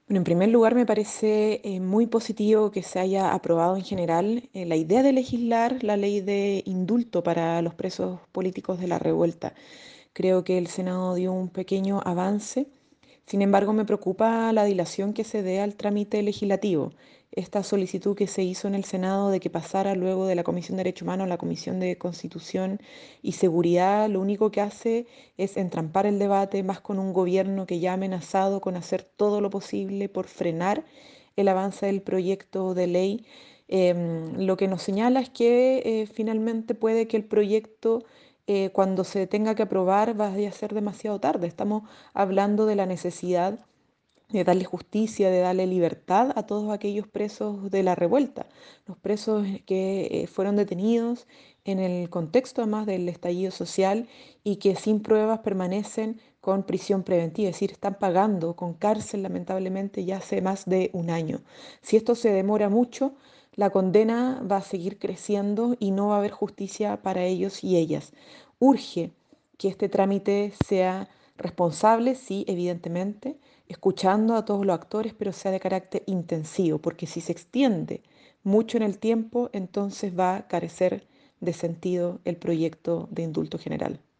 Bueno, en primer lugar, me parece muy positivo que se haya aprobado en general la idea de legislar la ley de indulto para los presos políticos de la revuelta. Creo que el Senado dio un pequeño avance. Sin embargo, me preocupa la dilación que se dé al trámite legislativo. Esta solicitud que se hizo en el Senado de que pasara luego de la Comisión de Derechos Humanos a la Comisión de Constitución y Seguridad, lo único que hace es entrampar el debate más con un gobierno que ya ha amenazado con hacer todo lo posible por frenar el avance del proyecto de ley. Lo que nos señala es que finalmente puede que el proyecto cuando se tenga que aprobar vaya a ser demasiado tarde. Estamos hablando de la necesidad de darle justicia, de darle libertad a todos aquellos presos de la revuelta, los presos que fueron detenidos en el contexto además del estallido social y que sin pruebas permanecen con prisión preventiva, es decir, están pagando con cárcel lamentablemente ya hace más de un año. Si esto se demora mucho, la condena va a seguir creciendo y no va a haber justicia para ellos y ellas. Urge que este trámite sea responsable, sí, evidentemente, escuchando a todos los actores, pero sea de carácter intensivo, porque si se extiende mucho en el tiempo, entonces va a carecer de sentido el proyecto de indulto general.